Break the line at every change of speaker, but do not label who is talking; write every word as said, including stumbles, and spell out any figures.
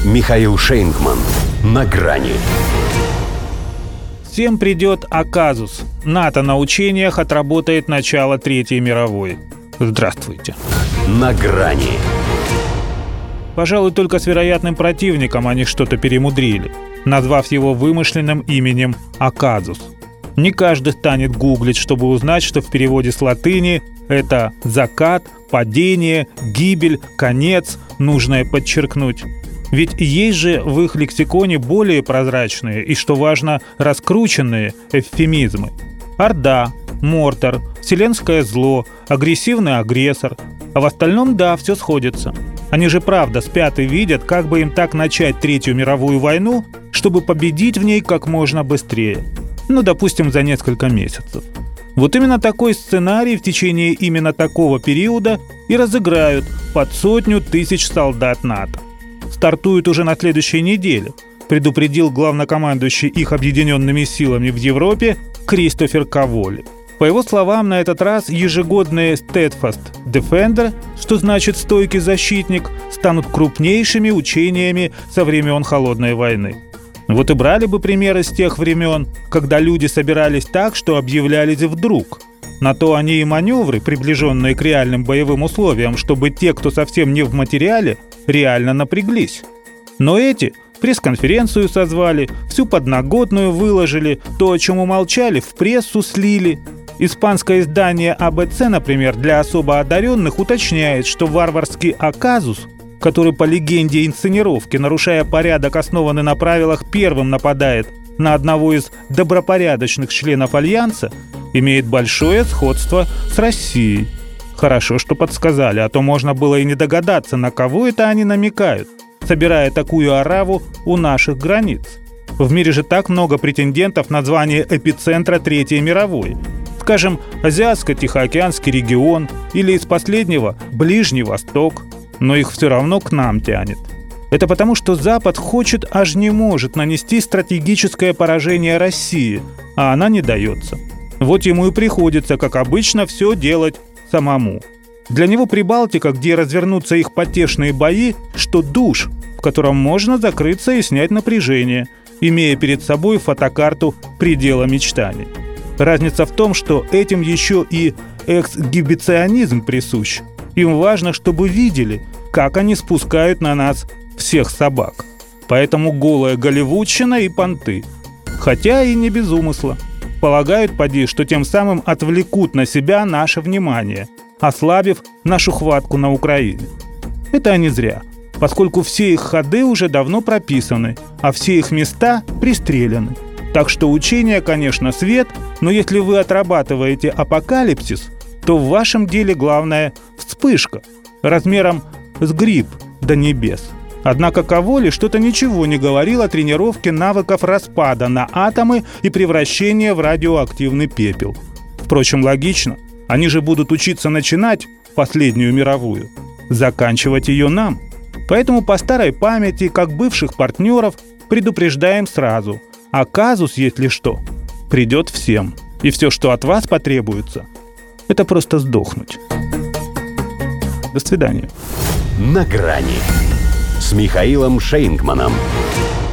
Михаил Шейнгман. На грани.
Всем придет оказус. НАТО на учениях отработает начало Третьей мировой. Здравствуйте.
На грани.
Пожалуй, только с вероятным противником они что-то перемудрили, назвав его вымышленным именем Оказус. Не каждый станет гуглить, чтобы узнать, что в переводе с латыни это закат, падение, гибель, конец, нужное подчеркнуть. Ведь есть же в их лексиконе более прозрачные и, что важно, раскрученные эвфемизмы. Орда, мортар, вселенское зло, агрессивный агрессор. А в остальном, да, все сходится. Они же правда спят и видят, как бы им так начать Третью мировую войну, чтобы победить в ней как можно быстрее. Ну, допустим, за несколько месяцев. Вот именно такой сценарий в течение именно такого периода и разыграют под сотню тысяч солдат НАТО. Стартуют уже на следующей неделе, предупредил главнокомандующий их объединенными силами в Европе Кристофер Каволи. По его словам, на этот раз ежегодные Steadfast Defender, что значит «стойкий защитник», станут крупнейшими учениями со времен Холодной войны. Вот и брали бы примеры с тех времен, когда люди собирались так, что объявлялись вдруг. На то они и маневры, приближенные к реальным боевым условиям, чтобы те, кто совсем не в материале, реально напряглись. Но эти пресс-конференцию созвали, всю подноготную выложили, то, о чем умолчали, в прессу слили. Испанское издание А Бэ Цэ, например, для особо одаренных уточняет, что варварский оказус, который по легенде инсценировки, нарушая порядок, основанный на правилах, первым нападает на одного из добропорядочных членов Альянса, имеет большое сходство с Россией. Хорошо, что подсказали, а то можно было и не догадаться, на кого это они намекают, собирая такую ораву у наших границ. В мире же так много претендентов на звание эпицентра Третьей мировой. Скажем, Азиатско-Тихоокеанский регион или из последнего Ближний Восток. Но их все равно к нам тянет. Это потому, что Запад хочет, аж не может нанести стратегическое поражение России, а она не дается. Вот ему и приходится, как обычно, все делать самому. Для него Прибалтика, где развернутся их потешные бои, что душ, в котором можно закрыться и снять напряжение, имея перед собой фотокарту предела мечтаний. Разница в том, что этим еще и эксгибиционизм присущ. Им важно, чтобы видели, как они спускают на нас всех собак. Поэтому голая голливудщина и понты. Хотя и не без умысла. Полагают, поди, что тем самым отвлекут на себя наше внимание, ослабив нашу хватку на Украине. Это они зря, поскольку все их ходы уже давно прописаны, а все их места пристреляны. Так что учение, конечно, свет, но если вы отрабатываете апокалипсис, то в вашем деле главное вспышка, размером с гриб до небес. Однако Каволи что-то ничего не говорил о тренировке навыков распада на атомы и превращения в радиоактивный пепел. Впрочем, логично, они же будут учиться начинать последнюю мировую, заканчивать ее нам. Поэтому по старой памяти, как бывших партнеров, предупреждаем сразу: оказус, если что, придет всем, и все, что от вас потребуется, это просто сдохнуть. До свидания.
На грани с Михаилом Шейнгманом.